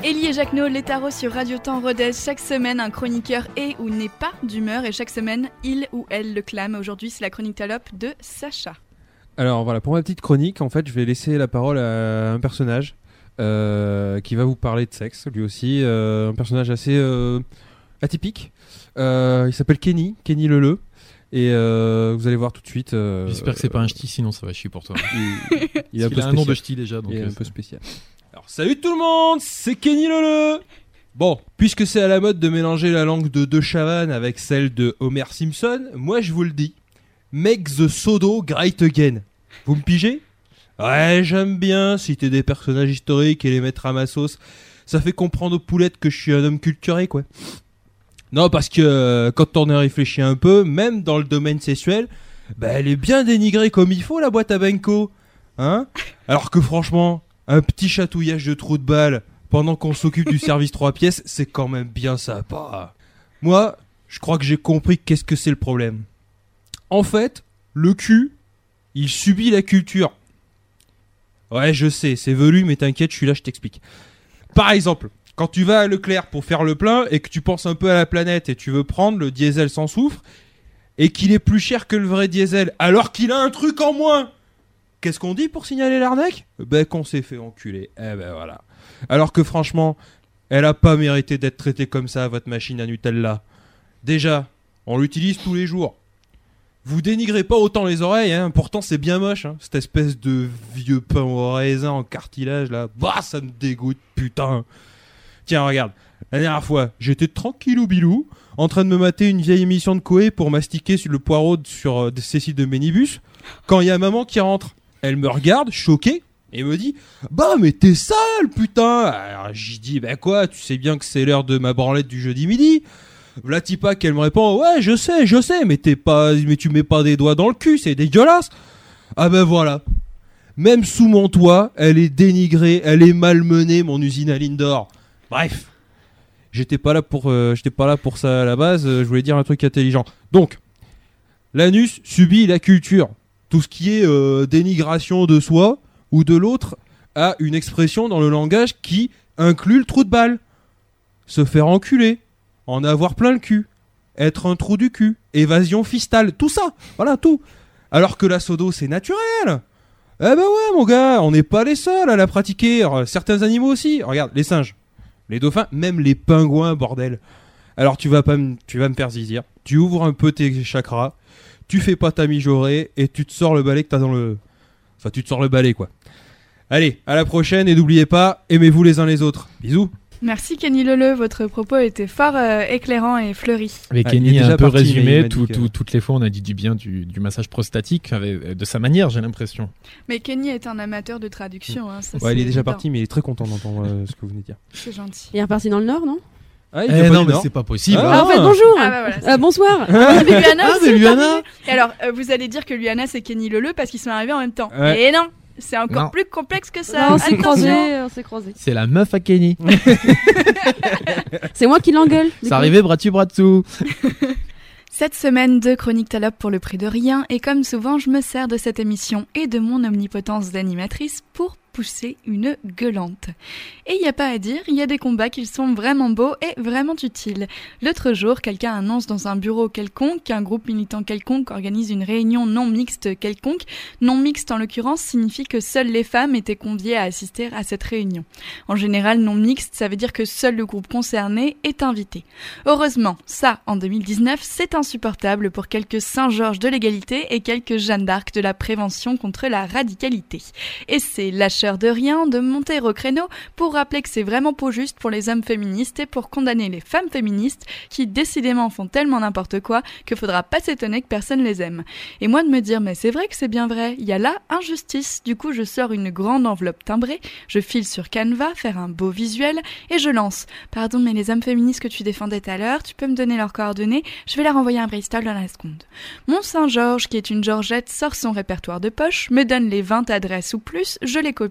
Élie et Jacquenot, les tarots sur Radio Temps Rodez. Chaque semaine, un chroniqueur est ou n'est pas d'humeur et chaque semaine, il ou elle le clame. Aujourd'hui, c'est la chronique Talope de Sacha. Alors voilà, pour ma petite chronique, en fait, je vais laisser la parole à un personnage euh, qui va vous parler de sexe, lui aussi. Euh, un personnage assez euh, atypique. Euh, il s'appelle Kenny, Kenny Leleu. Et euh, vous allez voir tout de suite. Euh, J'espère que c'est pas un ch'ti, sinon ça va chier pour toi. Il, il est un, Parce peu qu'il a un nom de spécial. ch'ti déjà. Donc Il est euh, un peu spécial. Alors, salut tout le monde, c'est Kenny Leleu. Bon, puisque c'est à la mode de mélanger la langue de De Chavannes avec celle de Homer Simpson, moi je vous le dis, make the sodo great again. Vous me pigez ? Ouais, j'aime bien citer des personnages historiques et les mettre à ma sauce. Ça fait comprendre aux poulettes que je suis un homme culturé, quoi. Non, parce que euh, quand on y réfléchit un peu, même dans le domaine sexuel, bah, elle est bien dénigrée comme il faut, la boîte à Benko. Hein ? Alors que franchement, un petit chatouillage de trou de balle pendant qu'on s'occupe du service trois pièces, c'est quand même bien sympa. Moi, je crois que j'ai compris qu'est-ce que c'est le problème. En fait, le cul, il subit la culture. Ouais, je sais, c'est velu, mais t'inquiète, je suis là, je t'explique. Par exemple, quand tu vas à Leclerc pour faire le plein et que tu penses un peu à la planète et tu veux prendre le diesel sans soufre et qu'il est plus cher que le vrai diesel alors qu'il a un truc en moins, qu'est-ce qu'on dit pour signaler l'arnaque ? Ben qu'on s'est fait enculer. Eh ben voilà. Alors que franchement, elle a pas mérité d'être traitée comme ça, votre machine à Nutella. Déjà, on l'utilise tous les jours. Vous dénigrez pas autant les oreilles, hein. Pourtant c'est bien moche, hein. Cette espèce de vieux pain au raisin en cartilage là. Bah, ça me dégoûte, putain. Tiens, regarde, la dernière fois, j'étais tranquillou bilou, en train de me mater une vieille émission de Koé pour mastiquer sur le poireau de- sur euh, Cécile de Ménibus, quand il y a maman qui rentre. Elle me regarde, choquée, et me dit « Bah, mais t'es sale, putain !» Alors j'y dis « Bah quoi, tu sais bien que c'est l'heure de ma branlette du jeudi midi ?» V'là Tipa qu'elle me répond « Ouais, je sais, je sais, mais t'es pas, mais tu mets pas des doigts dans le cul, c'est dégueulasse !» Ah ben voilà. Même sous mon toit, elle est dénigrée, elle est malmenée, mon usine à Lindor. Bref, j'étais pas là pour, euh, j'étais pas là pour ça à la base. euh, je voulais dire un truc intelligent. Donc, l'anus subit la culture. Tout ce qui est euh, dénigration de soi ou de l'autre a une expression dans le langage qui inclut le trou de balle. Se faire enculer, en avoir plein le cul, être un trou du cul, évasion fistale, tout ça. Voilà tout. Alors que la sodo c'est naturel. Eh ben ouais mon gars, on n'est pas les seuls à la pratiquer. Alors, certains animaux aussi. Regarde, les singes. Les dauphins, même les pingouins, bordel. Alors tu vas pas m- tu vas me faire zizir. Tu ouvres un peu tes chakras, tu fais pas ta mijaurée et tu te sors le balai que t'as dans le... Enfin, tu te sors le balai, quoi. Allez, à la prochaine et n'oubliez pas, aimez-vous les uns les autres. Bisous. Merci Kenny Leleu, votre propos était fort euh, éclairant et fleuri. Avec Ah, Kenny il est a déjà un peu parti, mais il résumé, m'a dit tout- que- tout- toutes les fois on a dit du bien du, du massage prostatique, avec- de sa manière j'ai l'impression. Mais Kenny est un amateur de traduction. Hein, ça, Ouais, il c'est est déjà évident. parti, mais il est très content d'entendre euh, ce que vous venez de dire. C'est gentil. Il est reparti dans le Nord, non Ah, il Eh vient pas non du mais Nord. c'est pas possible. Ah, Ah, en fait, bonjour Ah bah voilà, c'est- Euh, Bonsoir Ah, mais Luana Ah, aussi mais est Luana arrivée. Et alors, euh, vous allez dire que Luana c'est Kenny Leleu parce qu'ils sont arrivés en même temps. Ouais. Et non, c'est encore Non. plus complexe que ça. Non, on s'est croisés, Attention. on s'est croisés. C'est la meuf à Kenny. C'est moi qui l'engueule. du C'est coup. arrivé bras dessus bras dessous. Cette semaine de Chronique Talope pour le prix de rien, et comme souvent, je me sers de cette émission et de mon omnipotence d'animatrice pour pousser une gueulante. Et il n'y a pas à dire, il y a des combats qui sont vraiment beaux et vraiment utiles. L'autre jour, quelqu'un annonce dans un bureau quelconque qu'un groupe militant quelconque organise une réunion non mixte quelconque. Non mixte en l'occurrence signifie que seules les femmes étaient conviées à assister à cette réunion. En général, non mixte, ça veut dire que seul le groupe concerné est invité. Heureusement, ça, en deux mille dix-neuf, c'est insupportable pour quelques Saint-Georges de l'égalité et quelques Jeanne d'Arc de la prévention contre la radicalité. Et c'est lâcheur de rien de monter au créneau pour rappeler que c'est vraiment pas juste pour les hommes féministes et pour condamner les femmes féministes qui décidément font tellement n'importe quoi que faudra pas s'étonner que personne les aime. Et moi de me dire mais c'est vrai que c'est bien vrai, il y a là injustice. Du coup je sors une grande enveloppe timbrée, je file sur Canva faire un beau visuel et je lance. Pardon mais les hommes féministes que tu défendais tout à l'heure, tu peux me donner leurs coordonnées, je vais leur envoyer un bristol dans la seconde. Mon Saint-Georges qui est une Georgette sort son répertoire de poche, me donne les vingt adresses ou plus, je les copie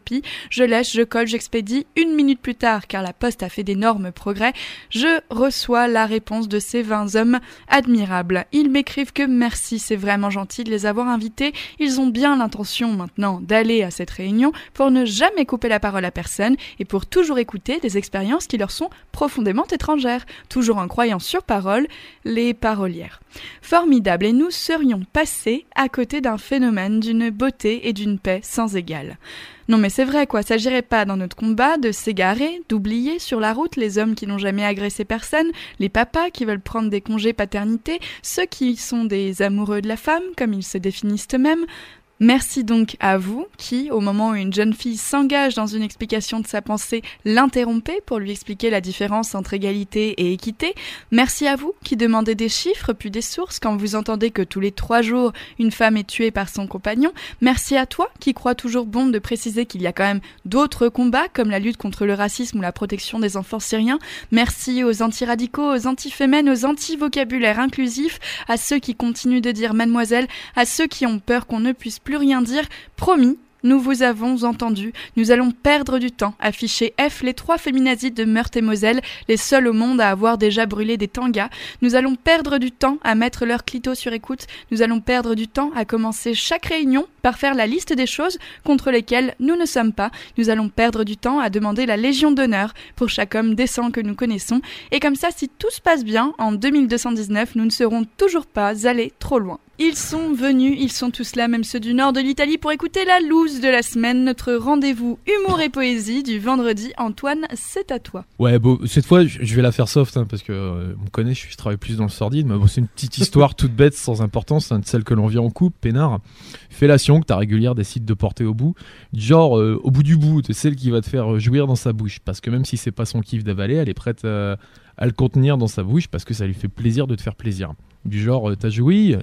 copie. Je lèche, je colle, j'expédie. Une minute plus tard, car la poste a fait d'énormes progrès, je reçois la réponse de ces vingt hommes admirables. Ils m'écrivent que merci, c'est vraiment gentil de les avoir invités. Ils ont bien l'intention maintenant d'aller à cette réunion pour ne jamais couper la parole à personne et pour toujours écouter des expériences qui leur sont profondément étrangères, toujours en croyant sur parole les parolières. Formidable, et nous serions passés à côté d'un phénomène, d'une beauté et d'une paix sans égale. Non mais c'est vrai quoi, s'agirait pas dans notre combat de s'égarer, d'oublier sur la route les hommes qui n'ont jamais agressé personne, les papas qui veulent prendre des congés paternité, ceux qui sont des amoureux de la femme, comme ils se définissent eux-mêmes. Merci donc à vous qui, au moment où une jeune fille s'engage dans une explication de sa pensée, l'interrompez pour lui expliquer la différence entre égalité et équité. Merci à vous qui demandez des chiffres puis des sources quand vous entendez que tous les trois jours, une femme est tuée par son compagnon. Merci à toi qui crois toujours bon de préciser qu'il y a quand même d'autres combats comme la lutte contre le racisme ou la protection des enfants syriens. Merci aux anti-radicaux, aux anti-fémènes, aux anti-vocabulaires inclusifs, à ceux qui continuent de dire mademoiselle, à ceux qui ont peur qu'on ne puisse plus rien dire. Promis, nous vous avons entendu. Nous allons perdre du temps à ficher F les trois féminazis de Meurthe-et-Moselle, les seuls au monde à avoir déjà brûlé des tangas. Nous allons perdre du temps à mettre leur clito sur écoute. Nous allons perdre du temps à commencer chaque réunion par faire la liste des choses contre lesquelles nous ne sommes pas. Nous allons perdre du temps à demander la Légion d'honneur pour chaque homme décent que nous connaissons. Et comme ça, si tout se passe bien, en deux mille deux cent dix-neuf, nous ne serons toujours pas allés trop loin. Ils sont venus, ils sont tous là, même ceux du nord de l'Italie, pour écouter la loose de la semaine, notre rendez-vous humour et poésie du vendredi. Antoine, c'est à toi. Ouais, bon, cette fois, je je vais la faire soft, hein, parce que euh, on me connaît, je, je travaille plus dans le sordide, mais bon, c'est une petite histoire toute bête, sans importance, hein, de celle que l'on vit en couple, peinard. Fellation que ta régulière décide de porter au bout, genre euh, au bout du bout, de celle qui va te faire jouir dans sa bouche, parce que même si c'est pas son kiff d'avaler, elle est prête euh, à le contenir dans sa bouche, parce que ça lui fait plaisir de te faire plaisir. Du genre, euh, t'as joui,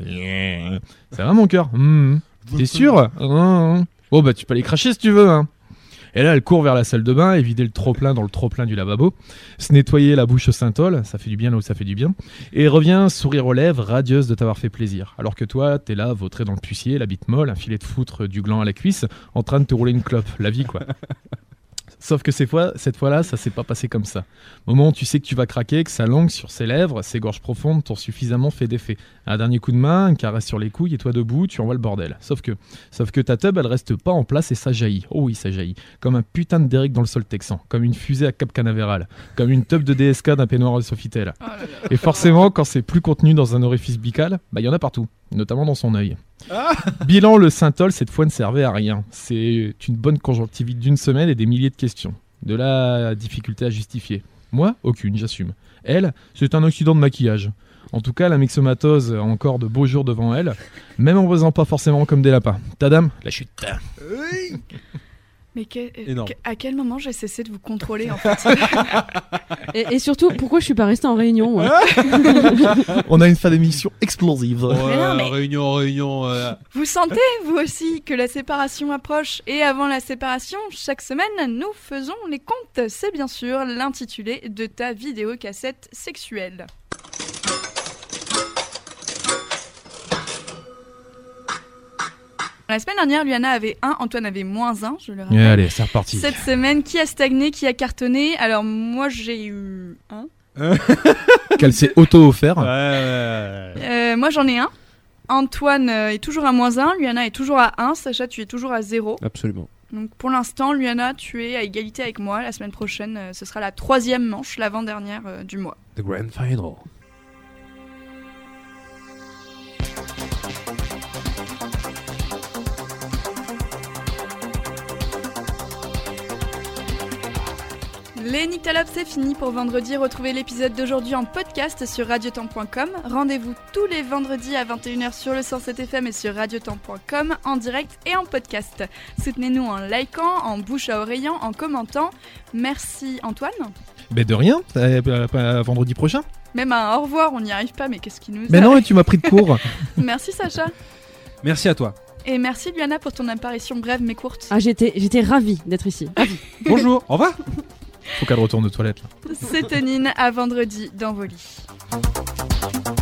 ça va mon cœur, mmh. T'es sûr? mmh. Oh bah tu peux aller cracher si tu veux, hein. Et là elle court vers la salle de bain et vider le trop-plein dans le trop-plein du lavabo, se nettoyer la bouche au synthol, ça fait du bien là où ça fait du bien, et revient sourire aux lèvres, radieuse de t'avoir fait plaisir. Alors que toi, t'es là, vautré dans le pucier, la bite molle, un filet de foutre du gland à la cuisse, en train de te rouler une clope, la vie quoi. Sauf que cette fois, cette fois-là, ça s'est pas passé comme ça. Au moment où tu sais que tu vas craquer, que sa langue sur ses lèvres, ses gorges profondes t'ont suffisamment fait d'effet. Un dernier coup de main, une caresse sur les couilles et toi debout, tu envoies le bordel. Sauf que, sauf que ta tub, elle reste pas en place et ça jaillit. Oh oui, ça jaillit. Comme un putain de Derrick dans le sol texan. Comme une fusée à Cap Canaveral. Comme une tub de D S K d'un peignoir de Sofitel. Oh là là. Et forcément, quand c'est plus contenu dans un orifice buccal, bah il y en a partout. Notamment dans son œil. Ah Bilan, le synthol, cette fois, ne servait à rien. C'est une bonne conjonctivite d'une semaine et des milliers de questions. De la difficulté à justifier. Moi, aucune, j'assume. Elle, c'est un accident de maquillage. En tout cas, la myxomatose a encore de beaux jours devant elle, même en faisant pas forcément comme des lapins. Tadam, la chute. Oui. Mais que, Énorme. que- à quel moment j'ai cessé de vous contrôler en fait? Et, et surtout, pourquoi je suis pas restée en réunion moi On a une fin d'émission explosive. Ouais, Mais non, mais- réunion, réunion. euh, Vous sentez, vous aussi, que la séparation approche? Et avant la séparation, chaque semaine, nous faisons les comptes. C'est bien sûr l'intitulé de ta vidéocassette sexuelle. La semaine dernière, Luana avait un, Antoine avait moins un, je le rappelle. Et allez, c'est reparti. Cette semaine, qui a stagné, qui a cartonné? Alors moi, j'ai eu un. Qu'elle s'est auto-offert. Ouais, ouais, ouais. Euh, moi, j'en ai un. Antoine euh, est toujours à moins un, Luana est toujours à un, Sacha, tu es toujours à zéro. Absolument. Donc pour l'instant, Luana, tu es à égalité avec moi. La semaine prochaine, euh, ce sera la troisième manche, l'avant-dernière euh, du mois. The Grand Final. Les Nyctalopes, c'est fini pour vendredi. Retrouvez l'épisode d'aujourd'hui en podcast sur radiotemps point com. Rendez-vous tous les vendredis à vingt et une heures sur le cent sept F M et sur radiotemps point com en direct et en podcast. Soutenez-nous en likant, en bouche à oreillant, en commentant. Merci Antoine. Mais de rien, euh, euh, euh, vendredi prochain. Même un au revoir, on n'y arrive pas, mais qu'est-ce qui nous Mais non, tu m'as pris de court. Merci Sacha. Merci à toi. Et merci Luana pour ton apparition brève mais courte. Ah, j'étais, j'étais ravie d'être ici. Ravie. Bonjour, au revoir. Faut qu'elle retourne aux toilettes. Là. C'était Nine, à vendredi dans vos lits.